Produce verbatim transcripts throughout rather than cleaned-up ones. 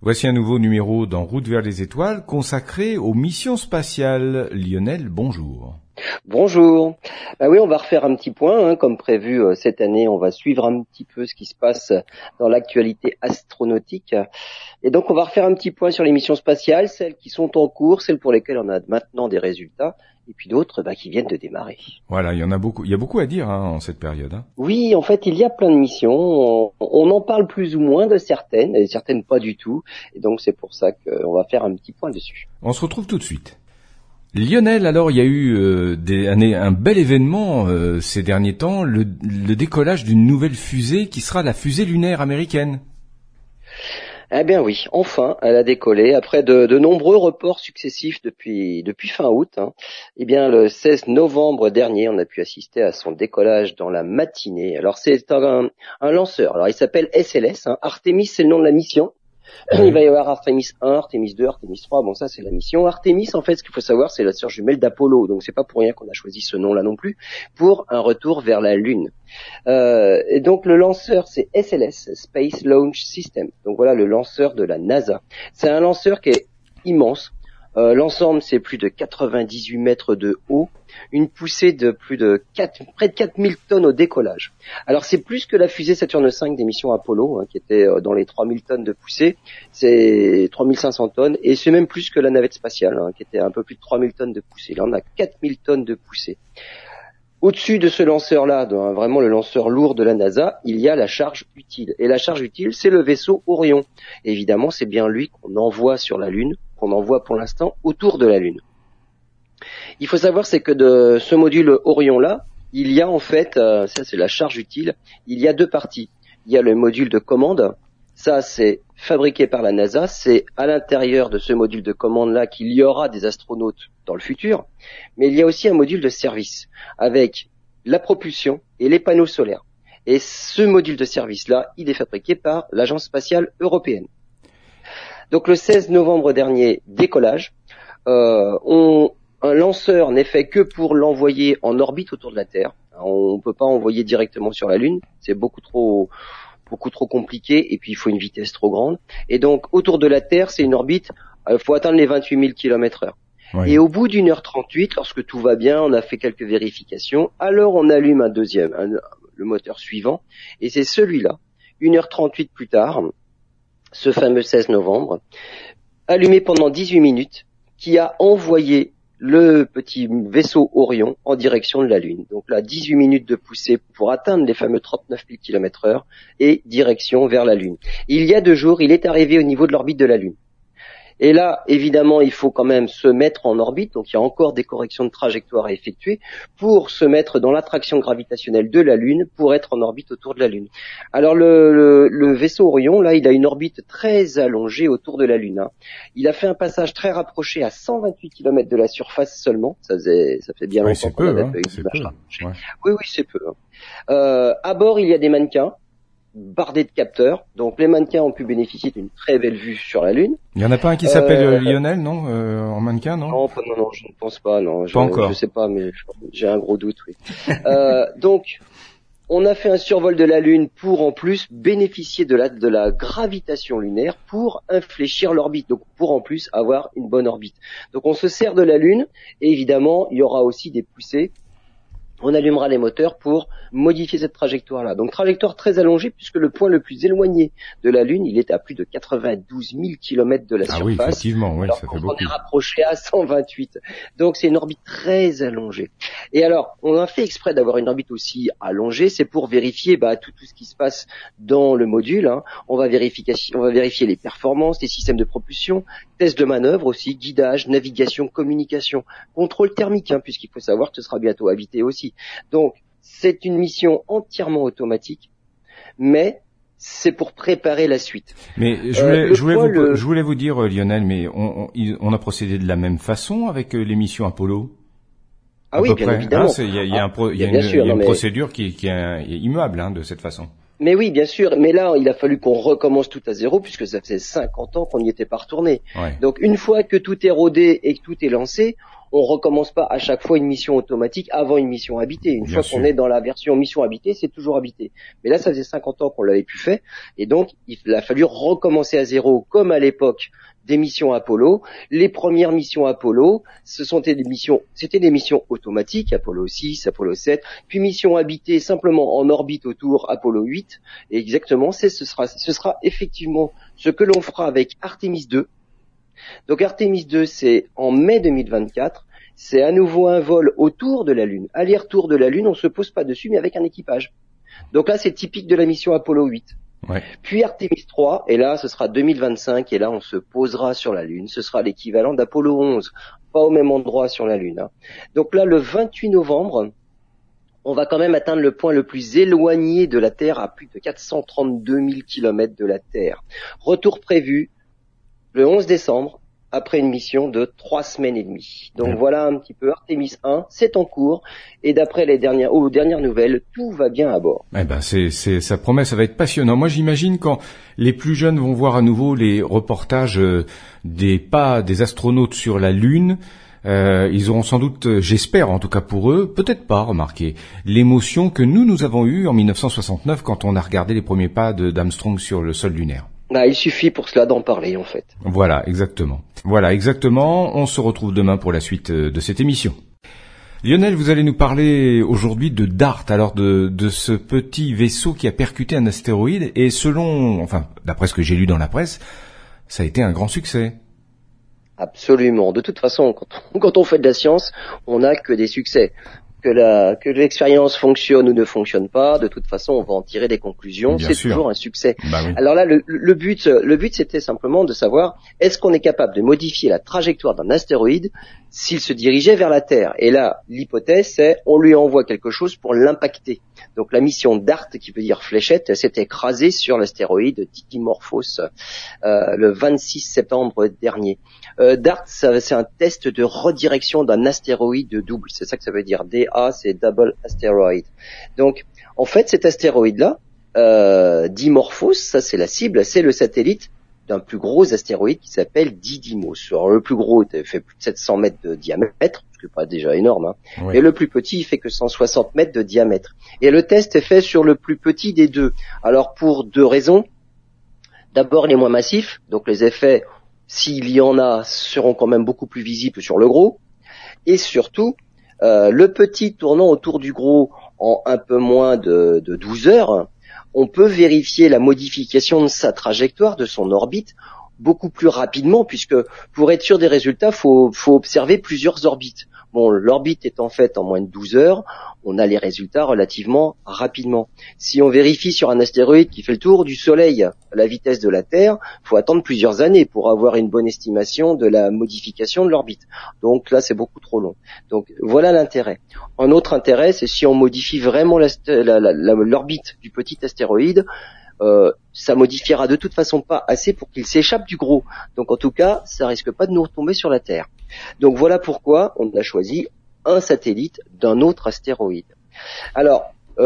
Voici un nouveau numéro dans Route vers les étoiles consacré aux missions spatiales. Lionel, bonjour. Bonjour. Ben oui, on va refaire un petit point, hein, comme prévu euh, cette année. On va suivre un petit peu ce qui se passe dans l'actualité astronautique. Et donc, on va refaire un petit point sur les missions spatiales, celles qui sont en cours, celles pour lesquelles on a maintenant des résultats, et puis d'autres bah, qui viennent de démarrer. Voilà, il y en a beaucoup. Il y a beaucoup à dire hein, en cette période. Hein. Oui, en fait, il y a plein de missions. On, on en parle plus ou moins de certaines, et certaines pas du tout. Et donc, c'est pour ça qu'on va faire un petit point dessus. On se retrouve tout de suite. Lionel, alors il y a eu euh, des, un, un bel événement euh, ces derniers temps, le, le décollage d'une nouvelle fusée qui sera la fusée lunaire américaine. Eh bien oui, enfin, elle a décollé après de, de nombreux reports successifs depuis depuis fin août. Hein. Eh bien, le seize novembre dernier, on a pu assister à son décollage dans la matinée. Alors c'est un, un lanceur. Alors il s'appelle S L S. Hein. Artemis, c'est le nom de la mission. Il va y avoir Artemis un, Artemis deux, Artemis trois, bon ça c'est la mission. Artemis en fait ce qu'il faut savoir c'est la sœur jumelle d'Apollo, donc c'est pas pour rien qu'on a choisi ce nom là non plus, pour un retour vers la Lune. Euh, et donc le lanceur c'est S L S, Space Launch System, donc voilà le lanceur de la NASA. C'est un lanceur qui est immense. Euh, l'ensemble c'est plus de quatre-vingt-dix-huit mètres de haut, une poussée de plus de quatre, près de quatre mille tonnes au décollage. Alors c'est plus que la fusée Saturne cinq des missions Apollo, hein, qui était dans les trois mille tonnes de poussée, c'est trois mille cinq cents tonnes, et c'est même plus que la navette spatiale, hein, qui était un peu plus de trois mille tonnes de poussée. Là on a quatre mille tonnes de poussée. Au-dessus de ce lanceur-là, hein, vraiment le lanceur lourd de la NASA, il y a la charge utile. Et la charge utile, c'est le vaisseau Orion. Et évidemment, c'est bien lui qu'on envoie sur la Lune, qu'on envoie pour l'instant autour de la Lune. Il faut savoir, c'est que de ce module Orion-là, il y a en fait, euh, ça c'est la charge utile, il y a deux parties. Il y a le module de commande, ça c'est fabriqué par la NASA, c'est à l'intérieur de ce module de commande-là qu'il y aura des astronautes dans le futur, mais il y a aussi un module de service avec la propulsion et les panneaux solaires. Et ce module de service-là, il est fabriqué par l'Agence spatiale européenne. Donc le seize novembre dernier, décollage, euh, on, un lanceur n'est fait que pour l'envoyer en orbite autour de la Terre. On ne peut pas envoyer directement sur la Lune, c'est beaucoup trop... beaucoup trop compliqué, et puis il faut une vitesse trop grande. Et donc, autour de la Terre, c'est une orbite, il euh, faut atteindre les vingt-huit mille kilomètres heure. Oui. Et au bout d'une heure trente-huit, lorsque tout va bien, on a fait quelques vérifications, alors on allume un deuxième, un, le moteur suivant, et c'est celui-là, une heure trente-huit plus tard, ce fameux seize novembre, allumé pendant dix-huit minutes, qui a envoyé le petit vaisseau Orion en direction de la Lune. Donc là, dix-huit minutes de poussée pour atteindre les fameux trente-neuf mille kilomètres heure et direction vers la Lune. Il y a deux jours, il est arrivé au niveau de l'orbite de la Lune. Et là, évidemment, il faut quand même se mettre en orbite, donc il y a encore des corrections de trajectoire à effectuer pour se mettre dans l'attraction gravitationnelle de la Lune pour être en orbite autour de la Lune. Alors le, le, le vaisseau Orion, là, il a une orbite très allongée autour de la Lune. Hein. Il a fait un passage très rapproché à cent vingt-huit kilomètres de la surface seulement. Ça faisait, ça fait bien oui, longtemps qu'on avait hein, fait une image rapprochée. Ouais. Oui, oui, c'est peu. Hein. Euh, à bord, il y a des mannequins bardés de capteurs, donc les mannequins ont pu bénéficier d'une très belle vue sur la Lune. Il y en a pas un qui s'appelle euh, Lionel, non, euh, en mannequin, non? Non, non, non, je ne pense pas, non. Pas je, encore. Je sais pas, mais j'ai un gros doute, oui. euh, donc, on a fait un survol de la Lune pour en plus bénéficier de la de la gravitation lunaire pour infléchir l'orbite, donc pour en plus avoir une bonne orbite. Donc on se sert de la Lune et évidemment il y aura aussi des poussées. On allumera les moteurs pour modifier cette trajectoire-là. Donc trajectoire très allongée puisque le point le plus éloigné de la Lune, il est à plus de quatre-vingt-douze mille kilomètres de la ah surface. Oui, effectivement, oui, alors ça fait beaucoup. On est rapproché à cent vingt-huit. Donc c'est une orbite très allongée. Et alors, on a fait exprès d'avoir une orbite aussi allongée, c'est pour vérifier bah, tout, tout ce qui se passe dans le module. Hein. On va vérifier, on va vérifier les performances, les systèmes de propulsion, tests de manœuvre aussi, guidage, navigation, communication, contrôle thermique, hein, puisqu'il faut savoir que ce sera bientôt habité aussi. Donc, c'est une mission entièrement automatique, mais c'est pour préparer la suite. Mais je voulais, euh, je voulais, vous, le... je voulais vous dire, Lionel, mais on, on, on a procédé de la même façon avec les missions Apollo. Ah oui, bien près. évidemment. Il hein, y a, y a, ah, un pro, y a une, sûr, y a une mais... procédure qui, qui est immuable hein, de cette façon. Mais oui, bien sûr. Mais là, il a fallu qu'on recommence tout à zéro puisque ça faisait cinquante ans qu'on n'y était pas retourné. Ouais. Donc, une fois que tout est rodé et que tout est lancé, on recommence pas à chaque fois une mission automatique avant une mission habitée. Une Bien fois qu'on sûr. est dans la version mission habitée, c'est toujours habité. Mais là, ça faisait cinquante ans qu'on l'avait plus fait, et donc il a fallu recommencer à zéro, comme à l'époque des missions Apollo. Les premières missions Apollo, ce sont des missions, c'était des missions automatiques, Apollo six, Apollo sept, puis mission habitée simplement en orbite autour, Apollo huit, et exactement, c'est, ce sera, ce sera effectivement ce que l'on fera avec Artemis deux. Donc Artemis deux, c'est en mai deux mille vingt-quatre, c'est à nouveau un vol autour de la Lune. Aller-retour de la Lune, on se pose pas dessus, mais avec un équipage. Donc là, c'est typique de la mission Apollo huit. Ouais. Puis Artemis trois, et là, ce sera deux mille vingt-cinq, et là, on se posera sur la Lune. Ce sera l'équivalent d'Apollo onze, pas au même endroit sur la Lune. Hein. Donc là, le vingt-huit novembre, on va quand même atteindre le point le plus éloigné de la Terre, à plus de quatre cent trente-deux mille kilomètres de la Terre. Retour prévu le onze décembre, après une mission de trois semaines et demie. Donc Mmh. voilà un petit peu Artemis un, c'est en cours, et d'après les dernières, aux dernières nouvelles, tout va bien à bord. Eh ben, c'est, c'est, ça promet, ça va être passionnant. Moi, j'imagine quand les plus jeunes vont voir à nouveau les reportages euh, des pas des astronautes sur la Lune, euh, ils auront sans doute, euh, j'espère en tout cas pour eux, peut-être pas remarqué l'émotion que nous, nous avons eue en mille neuf cent soixante-neuf quand on a regardé les premiers pas de, d'Armstrong sur le sol lunaire. Bah, il suffit pour cela d'en parler, en fait. Voilà, exactement. Voilà, exactement. On se retrouve demain pour la suite euh, de cette émission. Lionel, vous allez nous parler aujourd'hui de DART, alors de, de ce petit vaisseau qui a percuté un astéroïde, et selon, enfin, d'après ce que j'ai lu dans la presse, ça a été un grand succès. Absolument. De toute façon, quand on, quand on fait de la science, on n'a que des succès. Que la, que l'expérience fonctionne ou ne fonctionne pas, de toute façon, on va en tirer des conclusions. Bien c'est sûr. toujours un succès. Bah oui. Alors là, le, le but, le but, c'était simplement de savoir est-ce qu'on est capable de modifier la trajectoire d'un astéroïde s'il se dirigeait vers la Terre. Et là, l'hypothèse, c'est on lui envoie quelque chose pour l'impacter. Donc la mission DART, qui veut dire fléchette, s'est écrasée sur l'astéroïde Dimorphos euh, le vingt-six septembre dernier. Euh, DART, ça, c'est un test de redirection d'un astéroïde double. C'est ça que ça veut dire. D A, c'est Double Asteroid. Donc, en fait, cet astéroïde-là, euh, Dimorphos, ça c'est la cible, c'est le satellite d'un plus gros astéroïde qui s'appelle Didymos. Alors le plus gros fait plus de sept cents mètres de diamètre, ce qui n'est pas déjà énorme, hein. Oui. Et le plus petit, il fait que cent soixante mètres de diamètre. Et le test est fait sur le plus petit des deux. Alors pour deux raisons. D'abord les moins massifs, donc les effets, s'il y en a, seront quand même beaucoup plus visibles sur le gros. Et surtout, euh, le petit tournant autour du gros en un peu moins de, de douze heures, on peut vérifier la modification de sa trajectoire, de son orbite, beaucoup plus rapidement, puisque pour être sûr des résultats, faut, faut observer plusieurs orbites. Bon, l'orbite étant faite en moins de douze heures, on a les résultats relativement rapidement. Si on vérifie sur un astéroïde qui fait le tour du Soleil à la vitesse de la Terre, faut attendre plusieurs années pour avoir une bonne estimation de la modification de l'orbite. Donc là, c'est beaucoup trop long. Donc voilà l'intérêt. Un autre intérêt, c'est si on modifie vraiment la, la, la, l'orbite du petit astéroïde, Euh, ça modifiera de toute façon pas assez pour qu'il s'échappe du gros. Donc en tout cas, ça risque pas de nous retomber sur la Terre. Donc voilà pourquoi on a choisi un satellite d'un autre astéroïde. Alors,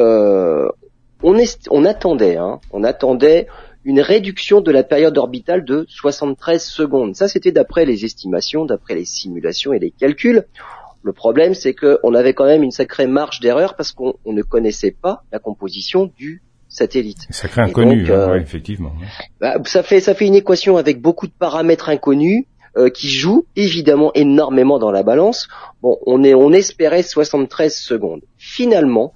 euh, on, est, on attendait, hein, on attendait une réduction de la période orbitale de soixante-treize secondes. Ça, c'était d'après les estimations, d'après les simulations et les calculs. Le problème, c'est qu'on avait quand même une sacrée marge d'erreur parce qu'on on ne connaissait pas la composition du satellite. Sacré inconnu, donc, euh, hein, ouais, effectivement. Bah, ça fait ça fait une équation avec beaucoup de paramètres inconnus euh, qui jouent évidemment énormément dans la balance. Bon, on est on espérait soixante-treize secondes. Finalement,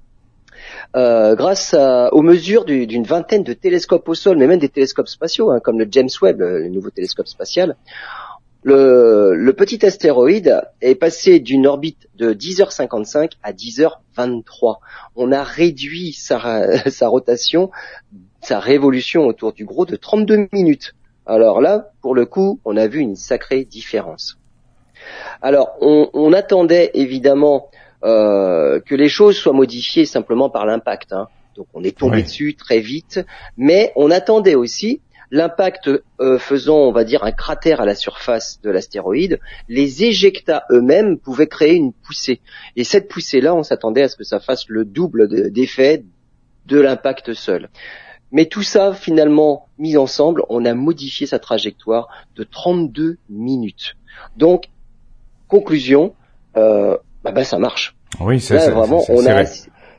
euh, grâce à, aux mesures du, d'une vingtaine de télescopes au sol, mais même des télescopes spatiaux, hein, comme le James Webb, le nouveau télescope spatial, le, le petit astéroïde est passé d'une orbite de dix heures cinquante-cinq à dix heures vingt-trois. On a réduit sa, sa rotation, sa révolution autour du gros de trente-deux minutes. Alors là, pour le coup, on a vu une sacrée différence. Alors, on, on attendait évidemment euh, que les choses soient modifiées simplement par l'impact, hein. Donc on est tombé Oui. dessus très vite, mais on attendait aussi l'impact euh, faisant, on va dire, un cratère à la surface de l'astéroïde. Les éjectats eux-mêmes pouvaient créer une poussée. Et cette poussée-là, on s'attendait à ce que ça fasse le double de, d'effet de l'impact seul. Mais tout ça, finalement, mis ensemble, on a modifié sa trajectoire de trente-deux minutes. Donc, conclusion, euh, bah, bah ça marche. Oui, ça, Là, ça, vraiment, ça, on c'est a, vrai.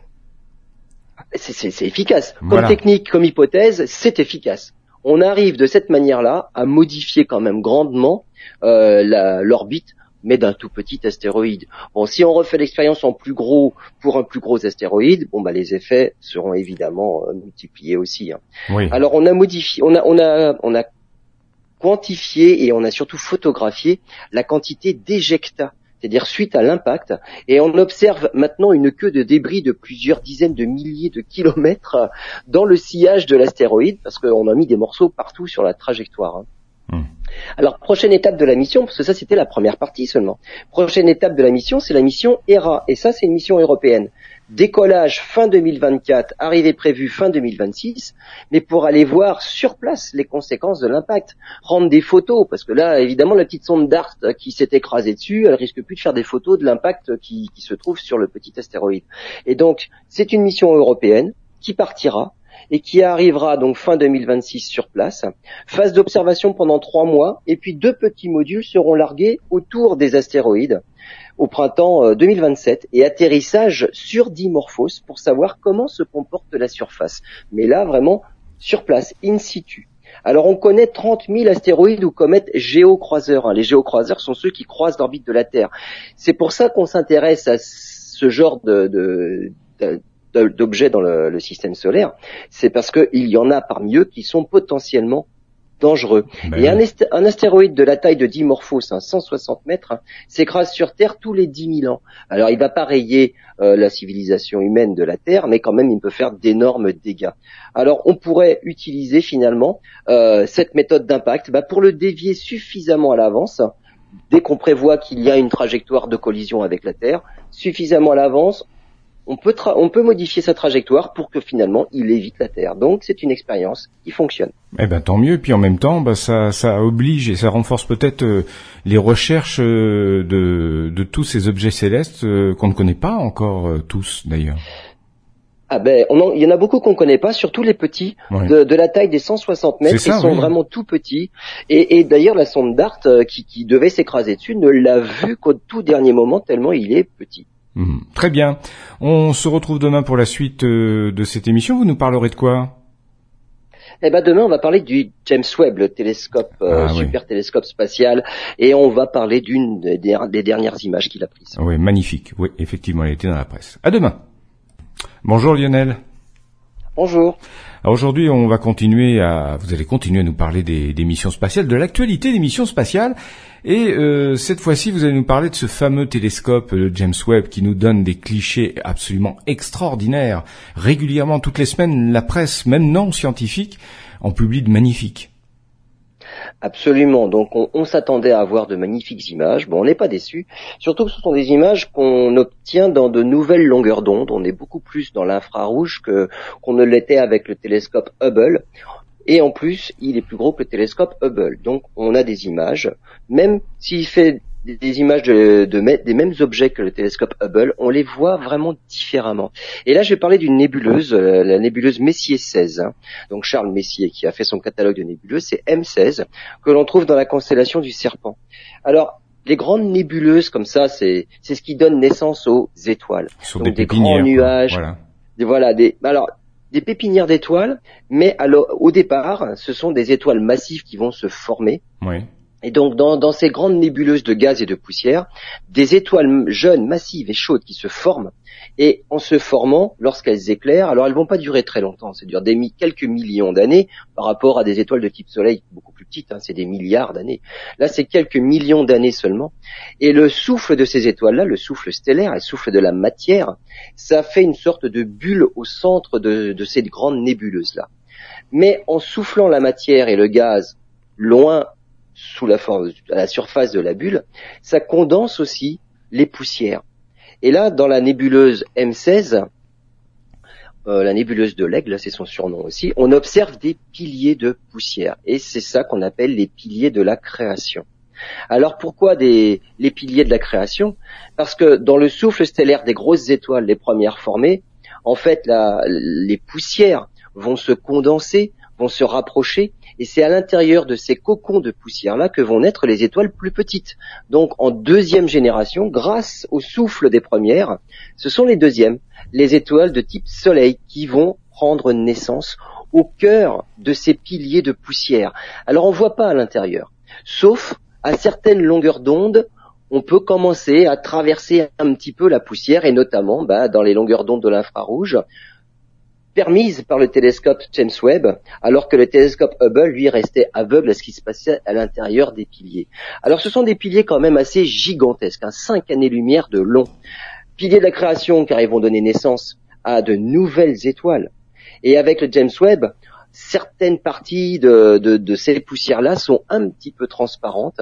c'est, c'est, c'est efficace. Comme Voilà. technique, comme hypothèse, c'est efficace. On arrive de cette manière-là à modifier quand même grandement euh, la, l'orbite, mais d'un tout petit astéroïde. Bon, si on refait l'expérience en plus gros pour un plus gros astéroïde, bon bah les effets seront évidemment euh, multipliés aussi. Hein. Oui. Alors on a modifié, on a, on a, on a quantifié et on a surtout photographié la quantité d'éjecta, c'est-à-dire suite à l'impact, et on observe maintenant une queue de débris de plusieurs dizaines de milliers de kilomètres dans le sillage de l'astéroïde, parce qu'on a mis des morceaux partout sur la trajectoire. Hein. Mmh. Alors, prochaine étape de la mission, parce que ça c'était la première partie seulement. Prochaine étape de la mission, c'est la mission E R A, et ça c'est une mission européenne. Décollage fin deux mille vingt-quatre, arrivée prévue fin deux mille vingt-six, mais pour aller voir sur place les conséquences de l'impact, rendre des photos, parce que là, évidemment, la petite sonde DART qui s'est écrasée dessus, elle risque plus de faire des photos de l'impact qui, qui se trouve sur le petit astéroïde. Et donc, c'est une mission européenne qui partira et qui arrivera donc fin deux mille vingt-six sur place. Phase d'observation pendant trois mois, et puis deux petits modules seront largués autour des astéroïdes au printemps deux mille vingt-sept, et atterrissage sur Dimorphos pour savoir comment se comporte la surface. Mais là, vraiment, sur place, in situ. Alors, on connaît trente mille astéroïdes ou comètes géocroiseurs. Les géocroiseurs sont ceux qui croisent l'orbite de la Terre. C'est pour ça qu'on s'intéresse à ce genre de... de, de d'objets dans le, le système solaire, c'est parce qu'il y en a parmi eux qui sont potentiellement dangereux. Ben et un, est, un astéroïde de la taille de Dimorphos, hein, cent soixante mètres, hein, s'écrase sur Terre tous les dix mille ans. Alors il va pas rayer euh, la civilisation humaine de la Terre, mais quand même il peut faire d'énormes dégâts. Alors on pourrait utiliser finalement euh, cette méthode d'impact bah, pour le dévier suffisamment à l'avance, dès qu'on prévoit qu'il y a une trajectoire de collision avec la Terre, suffisamment à l'avance, On peut, tra- on peut modifier sa trajectoire pour que finalement il évite la Terre. Donc c'est une expérience qui fonctionne. Eh ben tant mieux. Puis en même temps, bah, ça, ça oblige et ça renforce peut-être euh, les recherches euh, de, de tous ces objets célestes euh, qu'on ne connaît pas encore euh, tous d'ailleurs. Ah ben, on en, il y en a beaucoup qu'on connaît pas, surtout les petits, ouais. de, de la taille des cent soixante mètres, ça, ils sont oui. vraiment tout petits. Et, et d'ailleurs, la sonde DART euh, qui, qui devait s'écraser dessus ne l'a vu qu'au tout dernier moment tellement il est petit. Mmh, très bien. On se retrouve demain pour la suite euh, de cette émission. Vous nous parlerez de quoi ? Eh ben demain on va parler du James Webb, le télescope euh, ah, super oui. télescope spatial, et on va parler d'une des, des dernières images qu'il a prises. Oui, magnifique. Oui, effectivement, elle était dans la presse. À demain. Bonjour Lionel. Bonjour. Alors aujourd'hui, on va continuer à, vous allez continuer à nous parler des, des missions spatiales, de l'actualité des missions spatiales. Et euh, cette fois-ci, vous allez nous parler de ce fameux télescope, le James Webb, qui nous donne des clichés absolument extraordinaires. Régulièrement, toutes les semaines, la presse, même non scientifique, en publie de magnifiques. Absolument. Donc, on, on s'attendait à avoir de magnifiques images. Bon, on n'est pas déçus. Surtout que ce sont des images qu'on obtient dans de nouvelles longueurs d'onde. On est beaucoup plus dans l'infrarouge que qu'on ne l'était avec le télescope Hubble. Et en plus, il est plus gros que le télescope Hubble. Donc, on a des images. Même s'il fait des images de, de, de des mêmes objets que le télescope Hubble, on les voit vraiment différemment. Et là, je vais parler d'une nébuleuse, euh, la nébuleuse Messier seize. Hein. Donc, Charles Messier, qui a fait son catalogue de nébuleuses, c'est M seize, que l'on trouve dans la constellation du Serpent. Alors, les grandes nébuleuses comme ça, c'est c'est ce qui donne naissance aux étoiles. Sur Donc, des, des grands nuages. Voilà. Des, voilà des. Alors. Des pépinières d'étoiles, mais alors, au départ, ce sont des étoiles massives qui vont se former. Oui. Et donc, dans, dans ces grandes nébuleuses de gaz et de poussière, des étoiles jeunes, massives et chaudes qui se forment. Et en se formant, lorsqu'elles éclairent, alors elles vont pas durer très longtemps, c'est-à-dire des mi- quelques millions d'années par rapport à des étoiles de type Soleil beaucoup plus petites, hein, c'est des milliards d'années. Là, c'est quelques millions d'années seulement. Et le souffle de ces étoiles-là, le souffle stellaire, le souffle de la matière, ça fait une sorte de bulle au centre de, de ces grandes nébuleuses-là. Mais en soufflant la matière et le gaz loin sous la forme, à la surface de la bulle, ça condense aussi les poussières. Et là, dans la nébuleuse M seize, euh, la nébuleuse de l'aigle, c'est son surnom aussi, on observe des piliers de poussière. Et c'est ça qu'on appelle les piliers de la création. Alors pourquoi des, les piliers de la création ? Parce que dans le souffle stellaire des grosses étoiles, les premières formées, en fait, la, les poussières vont se condenser, vont se rapprocher, et c'est à l'intérieur de ces cocons de poussière-là que vont naître les étoiles plus petites. Donc en deuxième génération, grâce au souffle des premières, ce sont les deuxièmes, les étoiles de type Soleil, qui vont prendre naissance au cœur de ces piliers de poussière. Alors on ne voit pas à l'intérieur, sauf à certaines longueurs d'onde, on peut commencer à traverser un petit peu la poussière, et notamment bah, dans les longueurs d'onde de l'infrarouge, permise par le télescope James Webb, alors que le télescope Hubble, lui, restait aveugle à ce qui se passait à l'intérieur des piliers. Alors ce sont des piliers quand même assez gigantesques, hein, cinq années-lumière de long. Piliers de la création, car ils vont donner naissance à de nouvelles étoiles. Et avec le James Webb, certaines parties de, de, de ces poussières-là sont un petit peu transparentes.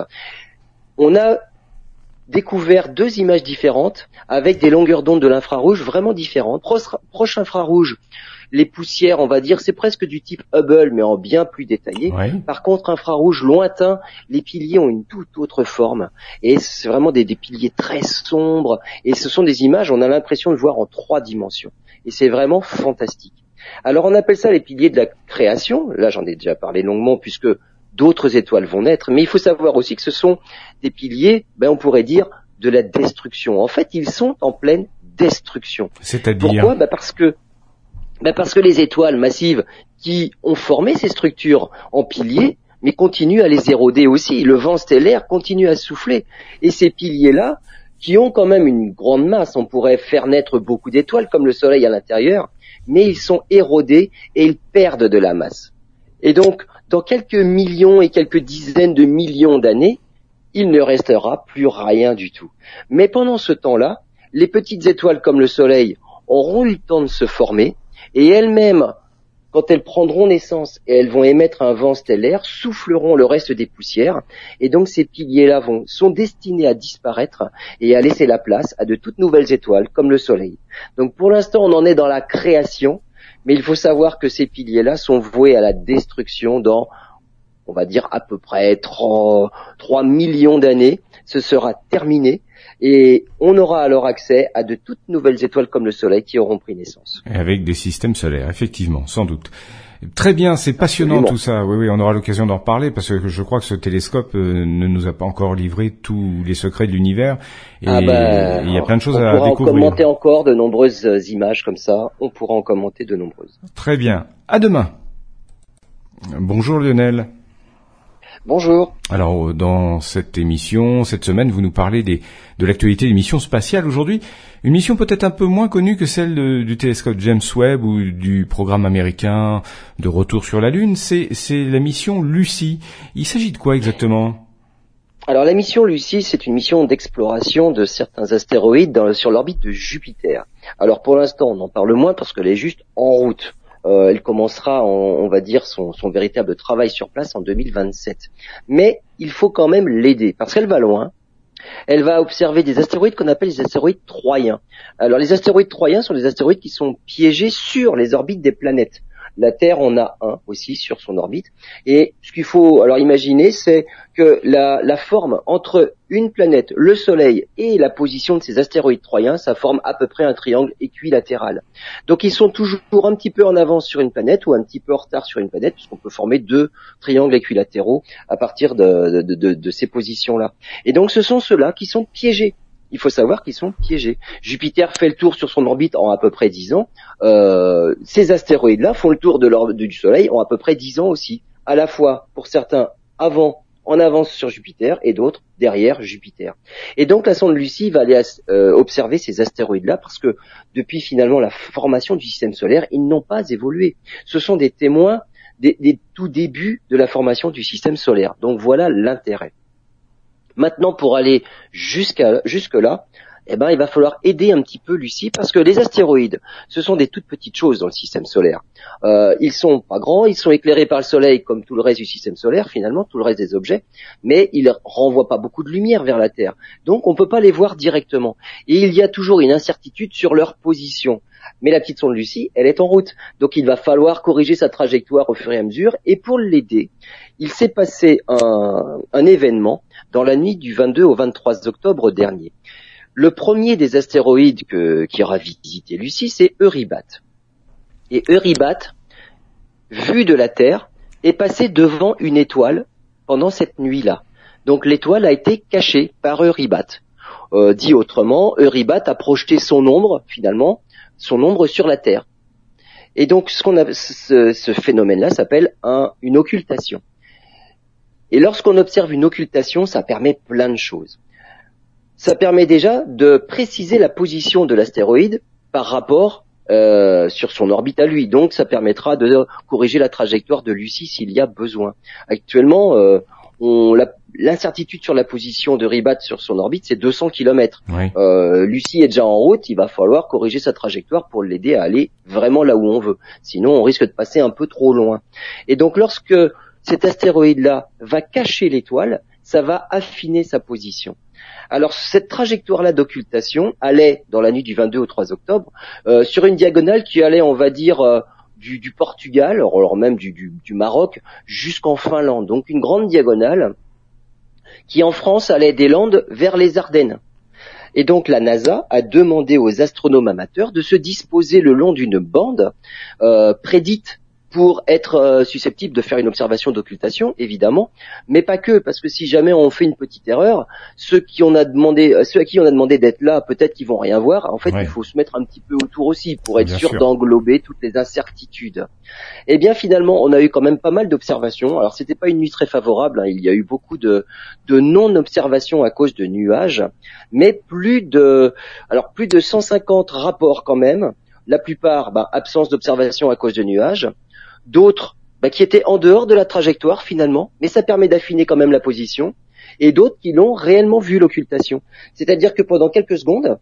On a découvert deux images différentes avec des longueurs d'onde de l'infrarouge vraiment différentes. Proche, proche infrarouge, les poussières, on va dire, c'est presque du type Hubble, mais en bien plus détaillé. Ouais. Par contre, infrarouge lointain, les piliers ont une toute autre forme. Et c'est vraiment des, des piliers très sombres. Et ce sont des images, on a l'impression de voir en trois dimensions. Et c'est vraiment fantastique. Alors, on appelle ça les piliers de la création. Là, j'en ai déjà parlé longuement, puisque d'autres étoiles vont naître. Mais il faut savoir aussi que ce sont des piliers, ben, on pourrait dire, de la destruction. En fait, ils sont en pleine destruction. C'est-à-dire ? Pourquoi ? Ben parce que Ben parce que les étoiles massives qui ont formé ces structures en piliers, mais continuent à les éroder aussi. Le vent stellaire continue à souffler. Et ces piliers-là, qui ont quand même une grande masse, on pourrait faire naître beaucoup d'étoiles comme le Soleil à l'intérieur, mais ils sont érodés et ils perdent de la masse. Et donc, dans quelques millions et quelques dizaines de millions d'années, il ne restera plus rien du tout. Mais pendant ce temps-là, les petites étoiles comme le Soleil auront eu le temps de se former, et elles-mêmes, quand elles prendront naissance et elles vont émettre un vent stellaire, souffleront le reste des poussières, et donc ces piliers-là vont, sont destinés à disparaître et à laisser la place à de toutes nouvelles étoiles, comme le Soleil. Donc pour l'instant, on en est dans la création, mais il faut savoir que ces piliers-là sont voués à la destruction dans, on va dire, à peu près trois millions d'années. Ce sera terminé. Et on aura alors accès à de toutes nouvelles étoiles comme le Soleil qui auront pris naissance. Avec des systèmes solaires, effectivement, sans doute. Très bien, c'est passionnant. Absolument. Tout ça. Oui, oui, on aura l'occasion d'en reparler parce que je crois que ce télescope euh, ne nous a pas encore livré tous les secrets de l'univers. Et ah ben, il y a plein de choses à découvrir. On pourra en commenter encore de nombreuses images comme ça. On pourra en commenter de nombreuses. Très bien. À demain. Bonjour Lionel. Bonjour. Alors, dans cette émission, cette semaine, vous nous parlez des, de l'actualité des missions spatiales aujourd'hui. Une mission peut-être un peu moins connue que celle de, du télescope James Webb ou du programme américain de retour sur la Lune. C'est, c'est la mission Lucie. Il s'agit de quoi exactement ? Alors, la mission Lucie, c'est une mission d'exploration de certains astéroïdes dans, sur l'orbite de Jupiter. Alors, pour l'instant, on en parle moins parce qu'elle est juste en route. Euh, elle commencera, on, on va dire, son, son véritable travail sur place en deux mille vingt-sept. Mais il faut quand même l'aider, parce qu'elle va loin. Elle va observer des astéroïdes qu'on appelle les astéroïdes troyens. Alors, les astéroïdes troyens sont des astéroïdes qui sont piégés sur les orbites des planètes. La Terre en a un aussi sur son orbite. Et ce qu'il faut alors imaginer, c'est que la, la forme entre une planète, le Soleil, et la position de ces astéroïdes troyens, ça forme à peu près un triangle équilatéral. Donc ils sont toujours un petit peu en avance sur une planète ou un petit peu en retard sur une planète, puisqu'on peut former deux triangles équilatéraux à partir de, de, de, de ces positions-là. Et donc ce sont ceux-là qui sont piégés. Il faut savoir qu'ils sont piégés. Jupiter fait le tour sur son orbite en à peu près dix ans. Euh, ces astéroïdes-là font le tour de l'orbite du Soleil en à peu près dix ans aussi. À la fois, pour certains, avant, en avance sur Jupiter, et d'autres derrière Jupiter. Et donc la sonde Lucie va aller euh, observer ces astéroïdes-là parce que depuis finalement la formation du système solaire, ils n'ont pas évolué. Ce sont des témoins des, des tout débuts de la formation du système solaire. Donc voilà l'intérêt. Maintenant, pour aller jusqu'à jusque-là, eh ben, il va falloir aider un petit peu Lucie parce que les astéroïdes, ce sont des toutes petites choses dans le système solaire. Euh, ils sont pas grands, ils sont éclairés par le Soleil comme tout le reste du système solaire, finalement, tout le reste des objets, mais ils renvoient pas beaucoup de lumière vers la Terre. Donc, on peut pas les voir directement. Et il y a toujours une incertitude sur leur position. Mais la petite sonde Lucie, elle est en route. Donc, il va falloir corriger sa trajectoire au fur et à mesure. Et pour l'aider, il s'est passé un, un événement dans la nuit du vingt-deux au vingt-trois octobre dernier. Le premier des astéroïdes que, qui aura visité Lucie, c'est Eurybat. Et Eurybat vu de la Terre, est passé devant une étoile pendant cette nuit-là. Donc l'étoile a été cachée par Eurybat. Euh, dit autrement, Eurybat a projeté son ombre, finalement, son ombre sur la Terre. Et donc ce, qu'on a, ce, ce phénomène-là s'appelle un, une occultation. Et lorsqu'on observe une occultation, ça permet plein de choses. Ça permet déjà de préciser la position de l'astéroïde par rapport euh, sur son orbite à lui. Donc ça permettra de corriger la trajectoire de Lucie s'il y a besoin. Actuellement, euh, on, la, l'incertitude sur la position de Eurybat sur son orbite, c'est deux cents kilomètres. Oui. Euh, Lucie est déjà en route, il va falloir corriger sa trajectoire pour l'aider à aller vraiment là où on veut. Sinon, on risque de passer un peu trop loin. Et donc lorsque cet astéroïde-là va cacher l'étoile, ça va affiner sa position. Alors cette trajectoire-là d'occultation allait, dans la nuit du vingt-deux au trois octobre, euh, sur une diagonale qui allait, on va dire, euh, du, du Portugal, alors même du, du, du Maroc, jusqu'en Finlande. Donc une grande diagonale qui en France allait des Landes vers les Ardennes. Et donc la NASA a demandé aux astronomes amateurs de se disposer le long d'une bande euh, prédite pour être euh, susceptible de faire une observation d'occultation, évidemment, mais pas que, parce que si jamais on fait une petite erreur, ceux qui on a demandé, euh, ceux à qui on a demandé d'être là, peut-être qu'ils vont rien voir. En fait, ouais. Il faut se mettre un petit peu autour aussi pour être sûr, sûr d'englober toutes les incertitudes. Eh bien, finalement, on a eu quand même pas mal d'observations. Alors, c'était pas une nuit très favorable. Hein. Il y a eu beaucoup de, de non-observations à cause de nuages, mais plus de, alors plus de cent cinquante rapports quand même. La plupart, bah, absence d'observation à cause de nuages. D'autres bah, qui étaient en dehors de la trajectoire finalement, mais ça permet d'affiner quand même la position, et d'autres qui l'ont réellement vu l'occultation. C'est-à-dire que pendant quelques secondes,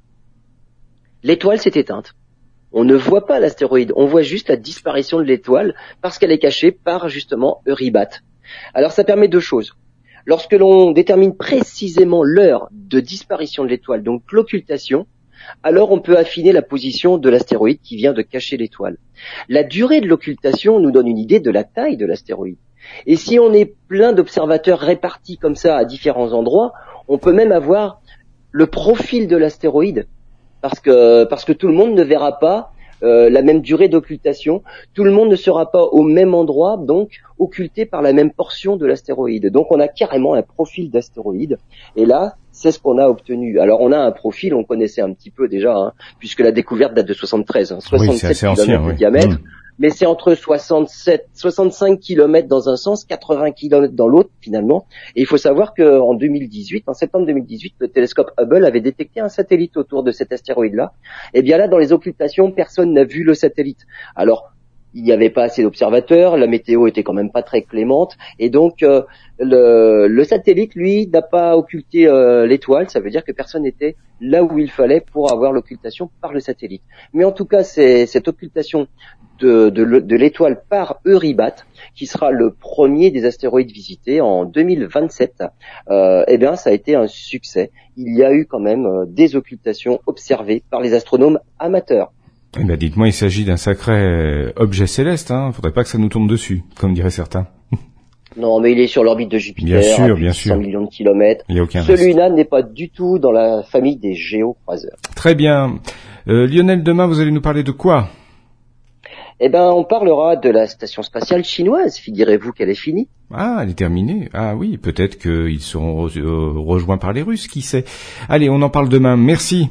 l'étoile s'est éteinte. On ne voit pas l'astéroïde, on voit juste la disparition de l'étoile parce qu'elle est cachée par justement Eurybat. Alors ça permet deux choses. Lorsque l'on détermine précisément l'heure de disparition de l'étoile, donc l'occultation, alors on peut affiner la position de l'astéroïde qui vient de cacher l'étoile. La durée de l'occultation nous donne une idée de la taille de l'astéroïde. Et si on est plein d'observateurs répartis comme ça à différents endroits, on peut même avoir le profil de l'astéroïde, parce que parce que tout le monde ne verra pas euh, la même durée d'occultation, tout le monde ne sera pas au même endroit, donc occulté par la même portion de l'astéroïde. Donc on a carrément un profil d'astéroïde, et là, c'est ce qu'on a obtenu. Alors on a un profil, on connaissait un petit peu déjà, hein, puisque la découverte date de soixante-treize, hein, soixante-sept kilomètres ancien, oui. de diamètre, mmh. mais c'est entre soixante-sept, soixante-cinq kilomètres dans un sens, quatre-vingts kilomètres dans l'autre finalement. Et il faut savoir qu'en deux mille dix-huit, en septembre deux mille dix-huit, le télescope Hubble avait détecté un satellite autour de cet astéroïde-là. Et bien là, dans les occultations, personne n'a vu le satellite. Alors il n'y avait pas assez d'observateurs, la météo était quand même pas très clémente, et donc euh, le, le satellite, lui, n'a pas occulté euh, l'étoile. Ça veut dire que personne n'était là où il fallait pour avoir l'occultation par le satellite. Mais en tout cas, c'est cette occultation de, de, de l'étoile par Eurybat, qui sera le premier des astéroïdes visités en deux mille vingt-sept, euh, eh bien, ça a été un succès. Il y a eu quand même euh, des occultations observées par les astronomes amateurs. Eh ben, dites-moi, il s'agit d'un sacré objet céleste, hein. Faudrait pas que ça nous tombe dessus, comme diraient certains. Non, mais il est sur l'orbite de Jupiter, bien sûr, à plus bien de cent millions de kilomètres. Il y a aucun Celui-là risque. N'est pas du tout dans la famille des géocroiseurs. Très bien. Euh, Lionel, demain, vous allez nous parler de quoi? Eh ben, on parlera de la station spatiale chinoise. Figurez-vous qu'elle est finie. Ah, elle est terminée. Ah oui, peut-être qu'ils seront re- euh, rejoints par les Russes, qui sait. Allez, on en parle demain. Merci.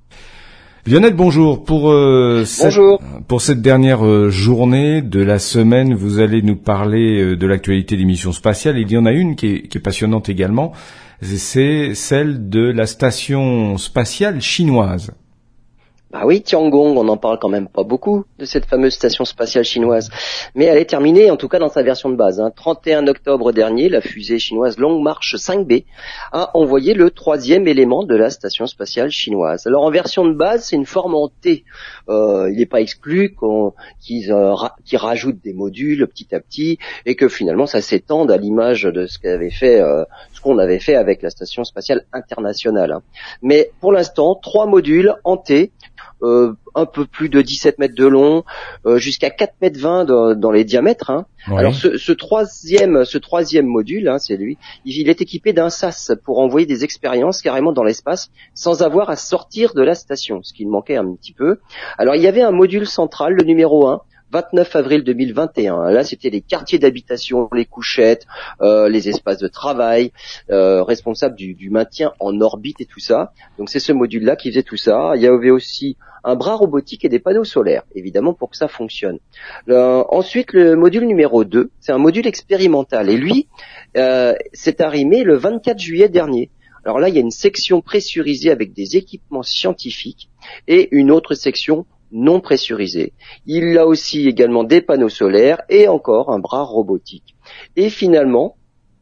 Lionel, bonjour. Pour, euh, bonjour. Cette, pour cette dernière euh, journée de la semaine, vous allez nous parler euh, de l'actualité des missions spatiales. Il y en a une qui est, qui est passionnante également. C'est celle de la station spatiale chinoise. Bah oui, Tiangong, on n'en parle quand même pas beaucoup de cette fameuse station spatiale chinoise. Mais elle est terminée, en tout cas dans sa version de base. Hein. trente et un octobre dernier, la fusée chinoise Long March cinq B a envoyé le troisième élément de la station spatiale chinoise. Alors en version de base, c'est une forme en T. Euh, il n'est pas exclu qu'on, qu'ils, euh, ra- qu'ils rajoutent des modules petit à petit et que finalement ça s'étende à l'image de ce qu'avait fait, euh, ce qu'on avait fait avec la station spatiale internationale. Hein. Mais pour l'instant, trois modules en T. Euh, un peu plus de dix-sept mètres de long, euh, jusqu'à quatre mètres vingt dans, dans les diamètres. Hein. Oui. Alors ce, ce troisième, ce troisième module, hein, c'est lui. Il est équipé d'un S A S pour envoyer des expériences carrément dans l'espace, sans avoir à sortir de la station, ce qui manquait un petit peu. Alors il y avait un module central, le numéro un, vingt-neuf avril deux mille vingt et un. Là, c'était les quartiers d'habitation, les couchettes, euh, les espaces de travail, euh, responsables du, du maintien en orbite et tout ça. Donc, c'est ce module-là qui faisait tout ça. Il y avait aussi un bras robotique et des panneaux solaires, évidemment, pour que ça fonctionne. Le, ensuite, le module numéro deux, c'est un module expérimental. Et lui, euh, s'est arrimé le vingt-quatre juillet dernier. Alors là, il y a une section pressurisée avec des équipements scientifiques et une autre section non pressurisée. Il a aussi également des panneaux solaires et encore un bras robotique. Et finalement,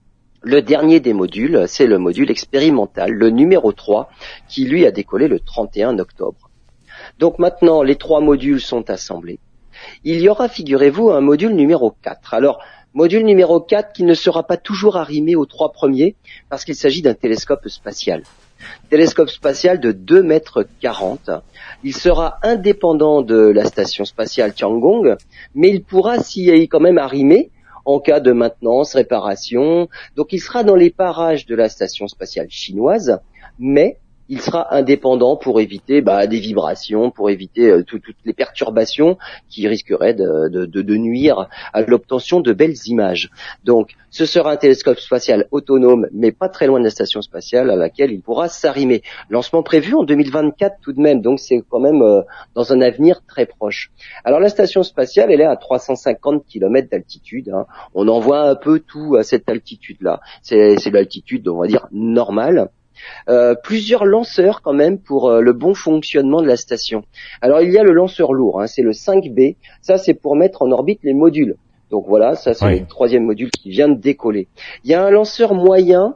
le dernier des modules, c'est le module expérimental, le numéro trois, qui lui a décollé le trente et un octobre. Donc maintenant, les trois modules sont assemblés. Il y aura, figurez-vous, un module numéro quatre. Alors, module numéro quatre qui ne sera pas toujours arrimé aux trois premiers, parce qu'il s'agit d'un télescope spatial. Télescope spatial de deux mètres quarante. Il sera indépendant de la station spatiale Tiangong, mais il pourra s'y y quand même arrimer en cas de maintenance, réparation. Donc il sera dans les parages de la station spatiale chinoise, mais il sera indépendant pour éviter bah, des vibrations, pour éviter euh, tout, toutes les perturbations qui risqueraient de, de, de, de nuire à l'obtention de belles images. Donc, ce sera un télescope spatial autonome, mais pas très loin de la station spatiale à laquelle il pourra s'arrimer. Lancement prévu en deux mille vingt-quatre tout de même, donc c'est quand même euh, dans un avenir très proche. Alors, la station spatiale, elle est à trois cent cinquante kilomètres d'altitude. Hein. On en voit un peu tout à cette altitude-là. C'est, c'est l'altitude, on va dire, normale. Euh, plusieurs lanceurs quand même pour euh, le bon fonctionnement de la station. Alors il y a le lanceur lourd, hein, c'est le cinq B, ça c'est pour mettre en orbite les modules. Donc voilà, ça c'est oui. Le troisième module qui vient de décoller. Il y a un lanceur moyen,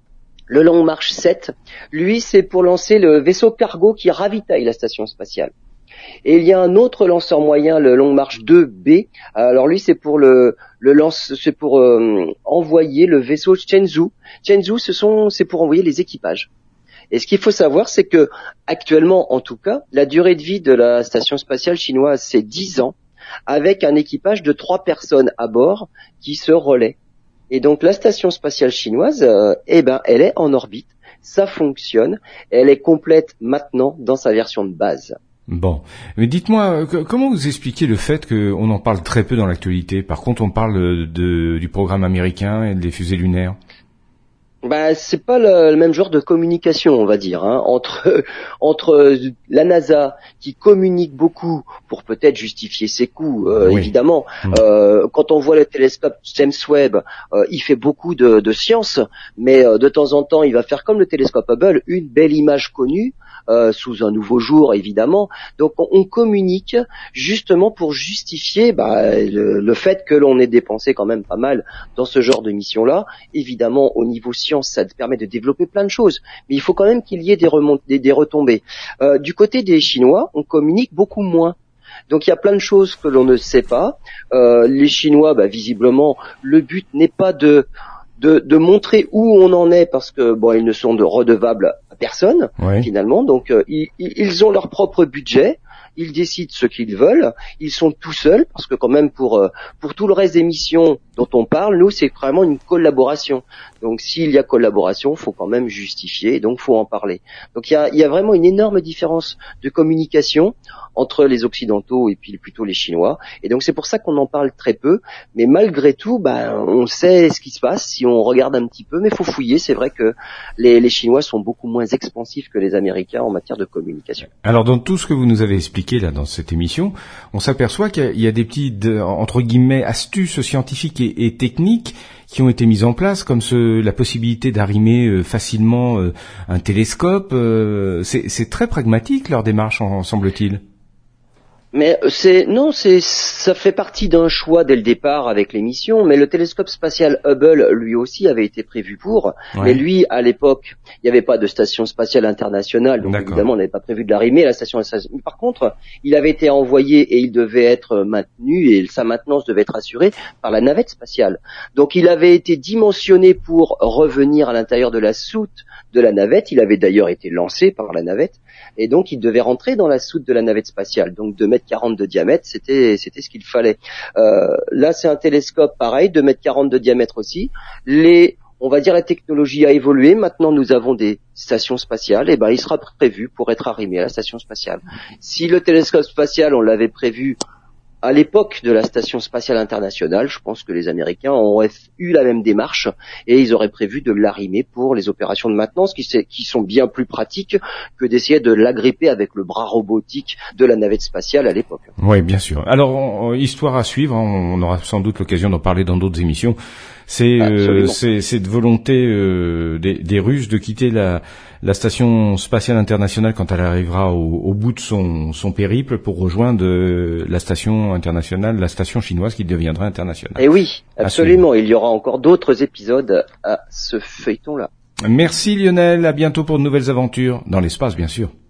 le Long March sept, lui c'est pour lancer le vaisseau cargo qui ravitaille la station spatiale. Et il y a un autre lanceur moyen, le Long March deux B. Alors lui, c'est pour le, le lance, c'est pour euh, envoyer le vaisseau Shenzhou. Shenzhou, ce sont, c'est pour envoyer les équipages. Et ce qu'il faut savoir, c'est que actuellement, en tout cas, la durée de vie de la station spatiale chinoise, c'est dix ans, avec un équipage de trois personnes à bord qui se relaient. Et donc la station spatiale chinoise, euh, eh ben, elle est en orbite, ça fonctionne, elle est complète maintenant dans sa version de base. Bon, mais dites-moi, comment vous expliquez le fait qu'on en parle très peu dans l'actualité? Par contre, on parle de, du programme américain et des fusées lunaires. Bah, c'est pas le, le même genre de communication, on va dire, hein, entre entre la NASA qui communique beaucoup pour peut-être justifier ses coûts, euh, oui. évidemment. Mmh. Euh, quand on voit le télescope James Webb, euh, il fait beaucoup de, de science, mais euh, de temps en temps, il va faire comme le télescope Hubble, une belle image connue. Euh, sous un nouveau jour, évidemment. Donc, on, on communique justement pour justifier bah, le, le fait que l'on ait dépensé quand même pas mal dans ce genre de mission-là. Évidemment, au niveau science, ça te permet de développer plein de choses, mais il faut quand même qu'il y ait des, remont- des, des retombées. Euh, du côté des Chinois, on communique beaucoup moins. Donc il y a plein de choses que l'on ne sait pas. Euh, les Chinois, bah, visiblement, le but n'est pas de De, de montrer où on en est parce que bon ils ne sont de redevables à personne oui. finalement donc euh, ils, ils ont leur propre budget, ils décident ce qu'ils veulent, ils sont tout seuls parce que quand même pour euh, pour tout le reste des missions dont on parle, nous c'est vraiment une collaboration. Donc s'il y a collaboration, faut quand même justifier, donc faut en parler. Donc il y a il y a vraiment une énorme différence de communication entre les Occidentaux et puis plutôt les Chinois. Et donc c'est pour ça qu'on en parle très peu. Mais malgré tout, bah, on sait ce qui se passe si on regarde un petit peu. Mais faut fouiller. C'est vrai que les, les Chinois sont beaucoup moins expansifs que les Américains en matière de communication. Alors dans tout ce que vous nous avez expliqué là dans cette émission, on s'aperçoit qu'il y a des petites entre guillemets astuces scientifiques et, et techniques qui ont été mises en place, comme ce, la possibilité d'arrimer euh, facilement euh, un télescope. Euh, c'est, c'est très pragmatique leur démarche, en, semble-t-il. Mais c'est non, c'est ça fait partie d'un choix dès le départ avec l'émission. Mais le télescope spatial Hubble, lui aussi, avait été prévu pour. Ouais. Mais lui, à l'époque, il n'y avait pas de station spatiale internationale, donc D'accord. évidemment, on n'avait pas prévu de l'arrimer. La station. Par contre, il avait été envoyé et il devait être maintenu et sa maintenance devait être assurée par la navette spatiale. Donc, il avait été dimensionné pour revenir à l'intérieur de la soute de la navette. Il avait d'ailleurs été lancé par la navette. Et donc, il devait rentrer dans la soute de la navette spatiale. Donc, deux mètres quarante de diamètre, c'était, c'était ce qu'il fallait. Euh, là, c'est un télescope pareil, deux mètres quarante de diamètre aussi. Les, on va dire, la technologie a évolué. Maintenant, nous avons des stations spatiales. Et ben, il sera prévu pour être arrimé à la station spatiale. Si le télescope spatial, on l'avait prévu à l'époque de la Station Spatiale Internationale, je pense que les Américains auraient eu la même démarche et ils auraient prévu de l'arrimer pour les opérations de maintenance qui, qui sont bien plus pratiques que d'essayer de l'agripper avec le bras robotique de la navette spatiale à l'époque. Oui, bien sûr. Alors, on, histoire à suivre, on aura sans doute l'occasion d'en parler dans d'autres émissions. C'est euh, c'est cette volonté euh, des, des Russes de quitter la, la Station Spatiale Internationale quand elle arrivera au, au bout de son, son périple pour rejoindre euh, la Station Internationale, la Station chinoise qui deviendra internationale. Et oui, absolument. Il y aura encore d'autres épisodes à ce feuilleton-là. Merci Lionel, à bientôt pour de nouvelles aventures dans l'espace, bien sûr.